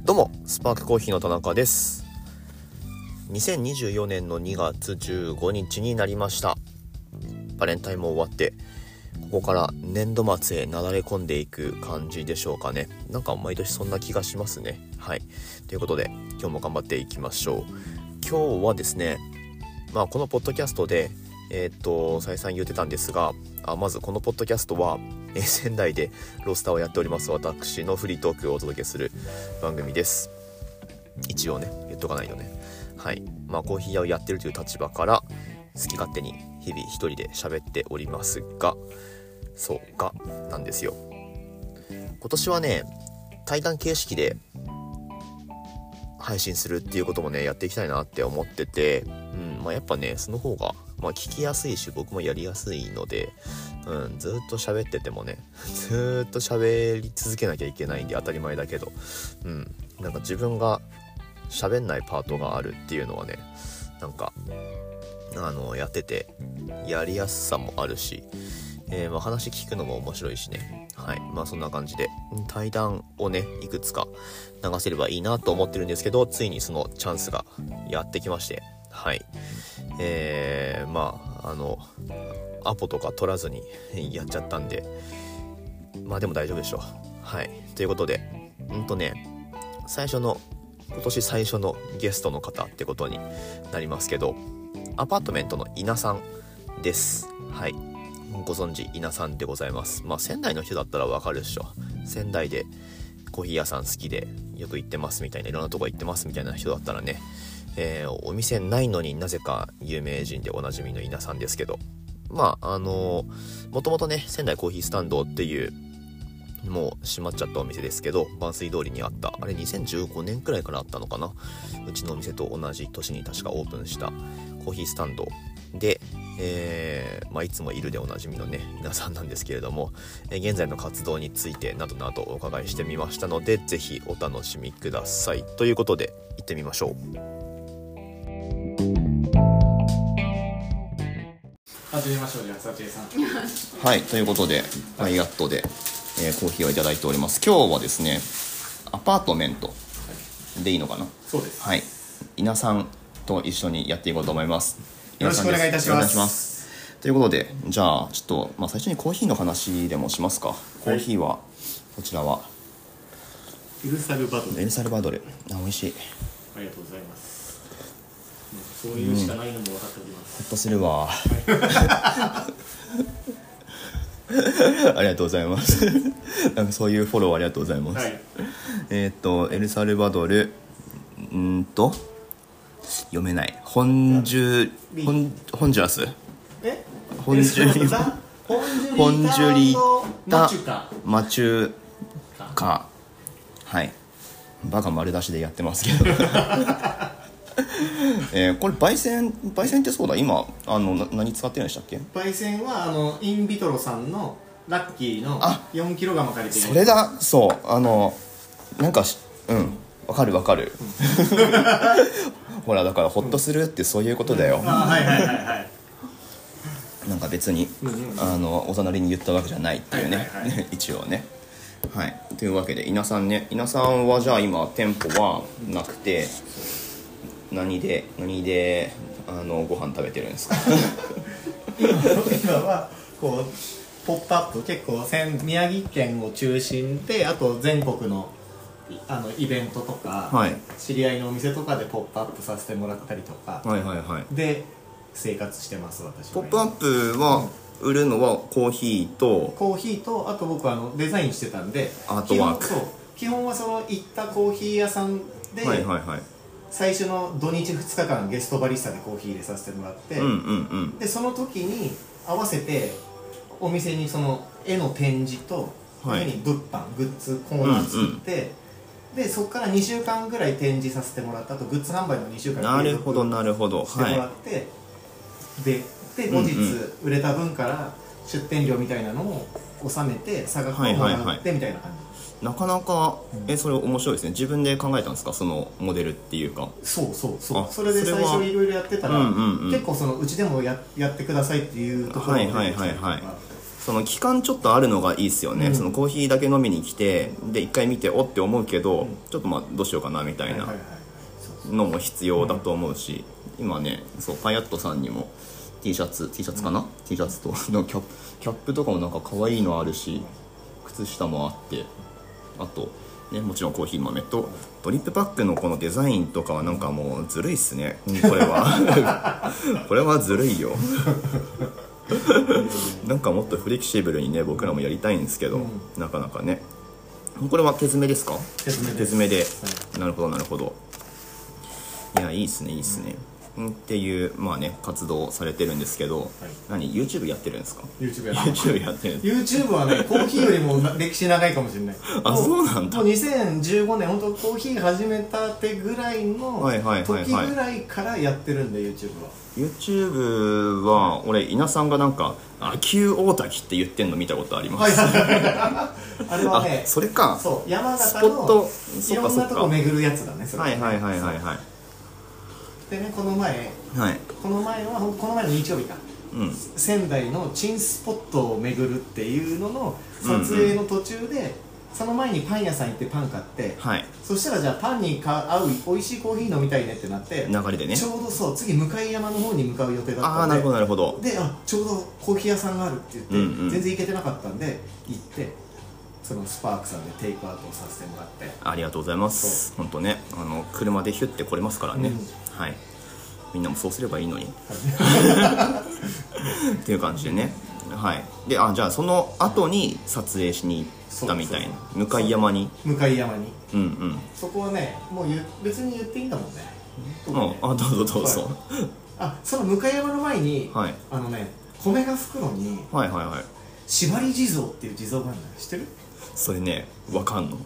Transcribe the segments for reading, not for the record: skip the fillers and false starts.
どうもスパークコーヒーの田中です。2024年の2月15日になりました。バレンタインも終わってここから年度末へなだれ込んでいく感じでしょうかね。なんか毎年そんな気がしますね。はい、ということで今日も頑張っていきましょう。今日はですね、このポッドキャストで再三言ってたんですが、まずこのポッドキャストは、仙台でロースターをやっております私のフリートークをお届けする番組です。一応ね言っとかないとね。はい、コーヒー屋をやってるという立場から好き勝手に日々一人で喋っておりますが、なんですよ。今年はね対談形式で配信するっていうこともねやっていきたいなって思ってて、やっぱねその方が聞きやすいし僕もやりやすいので、ずっと喋っててもねずっと喋り続けなきゃいけないんで当たり前だけど、なんか自分が喋んないパートがあるっていうのはねなんかやっててやりやすさもあるし、話聞くのも面白いしね。はい、そんな感じで対談をねいくつか流せればいいなと思ってるんですけど、ついにそのチャンスがやってきまして、はい、アポとか取らずにやっちゃったんで、でも大丈夫でしょう。はい、ということで今年最初のゲストの方ってことになりますけど、アパートメントの稲さんです。はい、ご存知稲さんでございます。仙台の人だったらわかるでしょ。仙台でコーヒー屋さん好きでよく行ってますみたいな、いろんなとこ行ってますみたいな人だったらね、お店ないのになぜか有名人でおなじみの稲さんですけど、もともとね仙台コーヒースタンドっていうもう閉まっちゃったお店ですけど、万水通りにあった、あれ2015年くらいからあったのかな、うちのお店と同じ年に確かオープンしたコーヒースタンドで、いつもいるでおなじみのね皆さんなんですけれども、現在の活動についてなどなどお伺いしてみましたので、ぜひお楽しみください。ということで行ってみましょう。 始めましょう。じゃあ幸恵さんはい、ということでマイアットで、コーヒーをいただいております。今日はですねアパートメントでいいのかな。 そうです。 はい、稲さんと一緒にやっていこうと思います。 よろしくお願いいたします。 ということでじゃあちょっと、最初にコーヒーの話でもしますか。コーヒーはこちらはエルサルバドル。 美味しい。 ありがとうございます。そういうしかないのも分かっております。 ほっとするわありがとうございますなんかそういうフォローありがとうございます。はい、エルサルバドル読めない。ホンジュラスホンジュリタマチュカ。はい、バカ丸出しでやってますけどこれ焙煎ってそうだ、今何使ってるんでしたっけ。 焙煎はインビトロさんのラッキーの4キロガム借りてる。 それだ。そうなんかわかる、ほらだからホッとするってそういうことだよ。なんか別に、おざなりに言ったわけじゃないっていうね、一応ね。はい、というわけで稲さんはじゃあ今店舗はなくて何でご飯食べてるんですか今はこうポップアップ、結構宮城県を中心で、あと全国のイベントとか、知り合いのお店とかでポップアップさせてもらったりとか、で生活してます。私はポップアップは売るのはコーヒーとあと僕はデザインしてたんでアートワーク。 基本はその行ったコーヒー屋さんで、最初の土日2日間ゲストバリスタでコーヒー入れさせてもらって、でその時に合わせてお店にその絵の展示と、物販グッズコーナー作って、でそこから2週間ぐらい展示させてもらった後、グッズ販売の2週間なるほどしてもらって、で後日売れた分から出店料みたいなのを納めて差額をもらってみたいな感じ。 なかなかそれ面白いですね。自分で考えたんですか、そのモデルっていうか。 そうそれで最初いろいろやってたら、結構うちでもやってくださいっていうところが出てきたりとか、 その期間ちょっとあるのがいいですよね、そのコーヒーだけ飲みに来てで一回見ておって思うけど、ちょっとまあどうしようかなみたいなのも必要だと思うし、今ねそうパイアットさんにも T シャツかな、T シャツとのキャップとかもなんか可愛いのあるし、靴下もあって、あとね、もちろんコーヒー豆とドリップパックのこのデザインとかはなんかもうずるいっすね、これはこれはずるいよなんかもっとフレキシブルにね僕らもやりたいんですけど、なかなかね。これは手詰めですか？ 手詰めで、なるほどなるほど。いやいいっすねいいっすね、っていうまあね活動されてるんですけど、何 YouTube やってるんですか？ YouTube やってる。 YouTube はねコーヒーよりも歴史長いかもしれない。 あ、そうなんだ。 もう2015年本当コーヒー始めたてぐらいの時ぐらいからやってるんで YouTube は俺稲さんがなんか旧大滝って言ってんの見たことあります。 あれはねそれか、 そう山形のいろんなとこ巡るやつだね。それはいでね、この前の日曜日か、仙台のチンスポットを巡るっていうのの撮影の途中で、その前にパン屋さん行ってパン買って、そしたらじゃあパンに合う美味しいコーヒー飲みたいねってなって、 流れでねちょうどそう次向山の方に向かう予定だったんで、 なるほどなるほど。 でちょうどコーヒー屋さんがあるって言って、全然行けてなかったんで行って、そのスパークさんでテイクアウトをさせてもらって、 ありがとうございます。本当ね車でヒュッて来れますからね、はい、みんなもそうすればいいのにっていう感じでね。はい。でじゃあその後に撮影しに行ったみたいな。向山にそこはねもう別に言っていいんだもんね。 どうぞその向山の前に米が袋に縛り地蔵っていう地蔵があるの知ってる？ それねわかる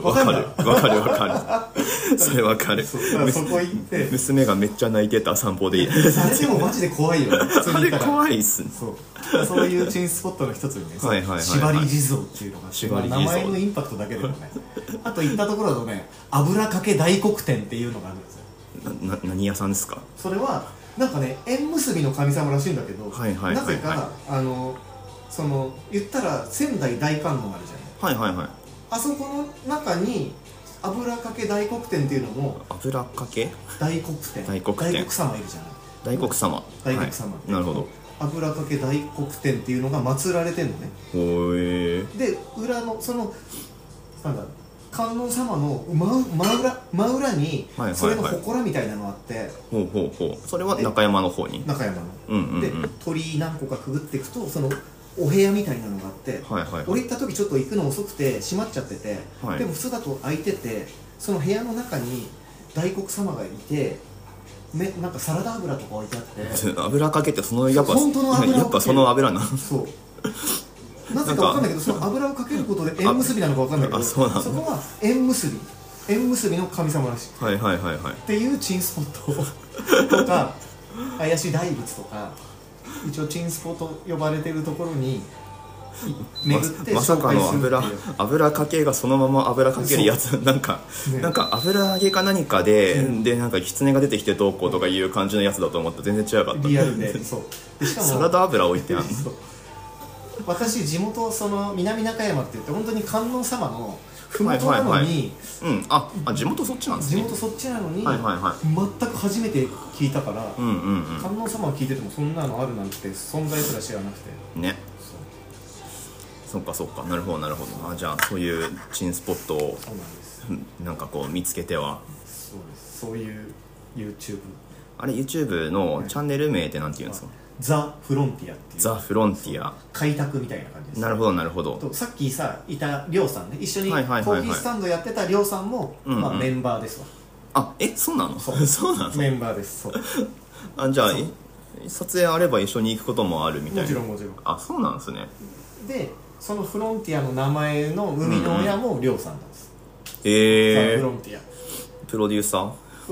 それわかる。そこ行って娘がめっちゃ泣いてた散歩で。 あれでもマジで怖いよね。 あれ怖いっすね。 そういうチンスポットの一つにね縛り地蔵っていうのが名前のインパクトだけでもねあと行ったところだとね油かけ大黒天っていうのがあるんですよ。 何屋さんですか？ それはなんかね縁結びの神様らしいんだけど、なぜかその言ったら仙台大観音あるじゃない。あそこの中に油かけ大黒天っていうのも油かけ大黒様いるじゃない。大黒様なるほど。 油かけ大黒天っていうのが祀られてんのね。で裏のそのなんだ観音様の真裏にそれの祠みたいなのあって、それは中山の方にで鳥居何個かくぐっていくとそのお部屋みたいなのがあって、俺行った時ちょっと行くの遅くて閉まっちゃってて、でも普通だと開いてて、その部屋の中に大黒様がいてなんかサラダ油とか置いてあって油かけてやっぱその油なそうなぜか分かんないけどその油をかけることで縁結びなのか分かんないけどそこは縁結びの神様らしいっていうチンスポットとか怪しい大仏とか一応チンスポと呼ばれてるところに巡ってまさかの油かけがそのまま油かけるやつなんか油揚げか何かでなんか狐が出てきてどうこうとかいう感じのやつだと思ったら全然違かった。 リアルでそうでしかもサラダ油置いてあるの。 私地元その南中山って言って本当に観音様の麓なのに地元そっちなんですね。 地元そっちなのに全く初めて聞いたから観音様は聞いててもそんなのあるなんて存在すら知らなくてね。そっかなるほどじゃあそういうチンスポットをなんかこう見つけてはそういう YouTube YouTube のチャンネル名ってなんて言うんですか？ ザ・フロンティアっていうザ・フロンティア開拓みたいな感じです。 なるほど。 さっきいたりょうさんね、一緒にコーヒースタンドやってたりょうさんもメンバーですわ。 そうなの？そうなの？ メンバーです。 じゃあ撮影あれば一緒に行くこともあるみたいな。 もちろんそうなんですね。 でそのフロンティアの名前の生みの親もりょうさんなんです。ザ・フロンティアプロデューサー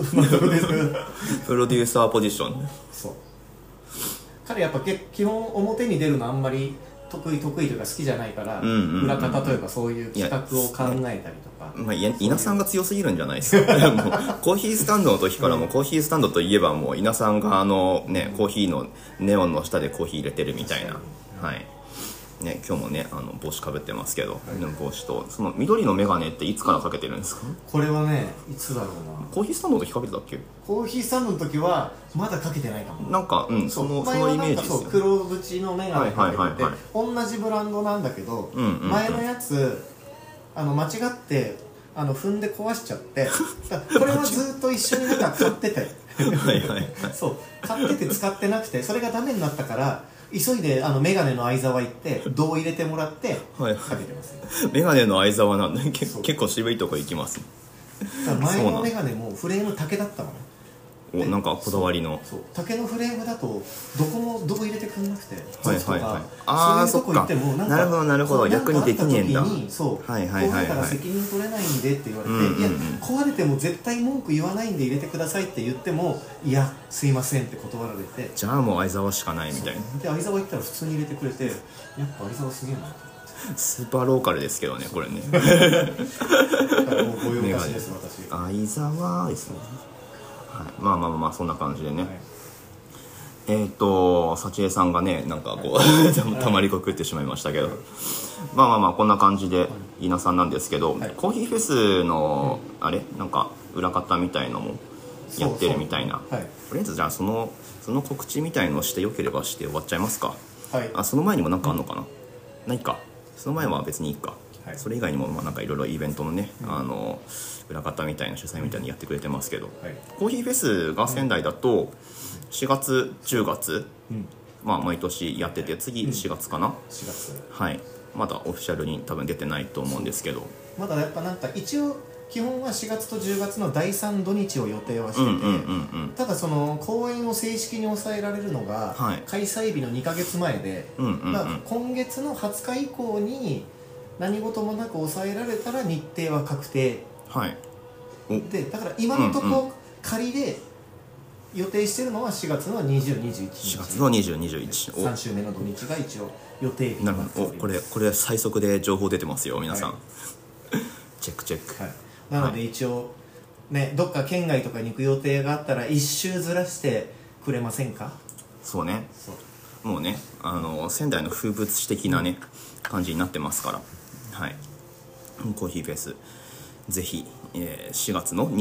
ポジション。 そう彼やっぱ基本表に出るのあんまり得意というか好きじゃないから裏方というかそういう企画を考えたりとか稲さんが強すぎるんじゃないですかもうコーヒースタンドの時からもコーヒースタンドといえばもう稲さんがコーヒーのネオンの下でコーヒー入れてるみたいなね、今日もね帽子かぶってますけど、帽子とその緑のメガネっていつからかけてるんですか？ これはね、いつだろうな。 コーヒースタンドの時かけてたっけ？ コーヒースタンドの時はまだかけてないかも。 なんかそのイメージですよね。 黒縁のメガネかけてて、同じブランドなんだけど、前のやつ間違って踏んで壊しちゃってこれはずっと一緒に買っててそう買ってて使ってなくて、それがダメになったから急いでメガネの相沢行って銅を入れてもらってかけてます、 メガネの相沢なんで結構渋いとこ行きます。 前のメガネもフレーム竹だったのね。 なんかこだわりの竹のフレームだとどこも銅入れてくんなくて、 そういうとこ行ってもなるほど役にできねえんだ。 そう壊れたら責任取れないんでって言われて、いや壊れても絶対文句言わないんで入れてくださいって言っても、いやすいませんって断られて、 じゃあもう相沢しかないみたいな。 で相沢行ったら普通に入れてくれて、やっぱ相沢すげえな。 スーパーローカルですけどねこれね。 ご用達です私。 相沢ですね。まあそんな感じでね、幸恵さんがねなんかこうたまりこ食ってしまいましたけど、まあこんな感じで稲さんなんですけど、コーヒーフェスのなんか裏方みたいのもやってるみたいな。とりあえずじゃあその告知みたいのをしてよければして終わっちゃいますか。その前にもなんかあんのかな。ないか、その前は別にいいか。それ以外にもなんかいろいろイベントのね、裏方みたいな主催みたいにやってくれてますけど、コーヒーフェスが仙台だと4月10月、毎年やってて、次4月かな、 4月、 まだオフィシャルに多分出てないと思うんですけど、 まだやっぱなんか一応基本は4月と10月の第3土日を予定はしてて、ただその公演を正式に抑えられるのが開催日の2ヶ月前で、今月の20日以降に何事もなく抑えられたら日程は確定、でだから今のとこ仮で予定してるのは4月の20、21日、 4月の20、21 3週目の土日が一応予定日になっております。 これ最速で情報出てますよ皆さん、チェック、 なので一応ね、どっか県外とかに行く予定があったら1週ずらしてくれませんか。 そうね、もうね仙台の風物詩的なね感じになってますから、コーヒーフェスぜひ、4月の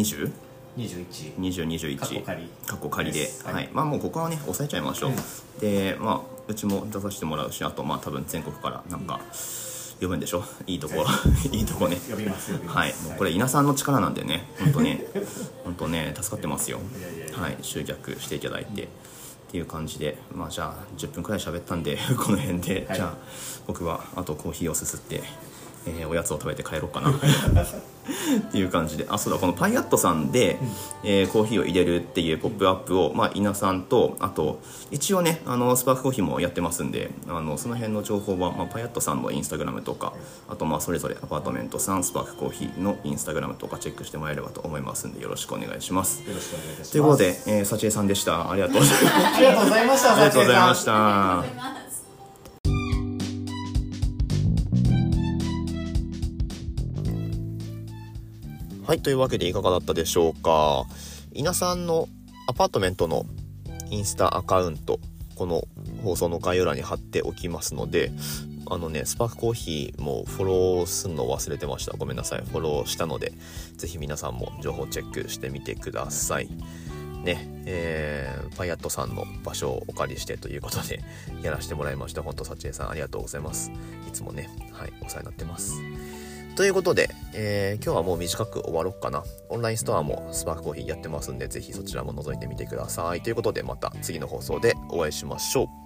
20、21、20、21過去仮で、もうここはね抑えちゃいましょう、でうちも出させてもらうし、あと多分全国からなんか呼ぶんでしょ、いいとこいいとこね、 呼びます、もうこれ稲さんの力なんでね、本当ね助かってますよ。集客していただいてっていう感じで、じゃあ10分くらい喋ったんでこの辺で、じゃあ僕はあとコーヒーをすすっておやつを食べて帰ろうかなっていう感じで、そうだ、このパイアットさんで、コーヒーを入れるっていうポップアップを、稲さんと、あと一応ねスパークコーヒーもやってますんで、その辺の情報は、パイアットさんのインスタグラムとか、あとそれぞれアパートメントさん、スパークコーヒーのインスタグラムとかチェックしてもらえればと思いますんで、よろしくお願いします。 よろしくお願いいたします。 ということで、幸恵さんでした。ありがとうございました。 ありがとうございました。 ありがとうございました。はい、というわけでいかがだったでしょうか。稲さんのアパートメントのインスタアカウント、この放送の概要欄に貼っておきますので、スパークコーヒーもフォローするの忘れてました。ごめんなさい。フォローしたので、ぜひ皆さんも情報チェックしてみてください。パイアットさんの場所をお借りしてということでやらせてもらいました。本当幸恵さんありがとうございます。いつもね、お世話になってます。ということで、今日はもう短く終わろうかな。オンラインストアもスパークコーヒーやってますんで、ぜひそちらも覗いてみてください。ということで、また次の放送でお会いしましょう。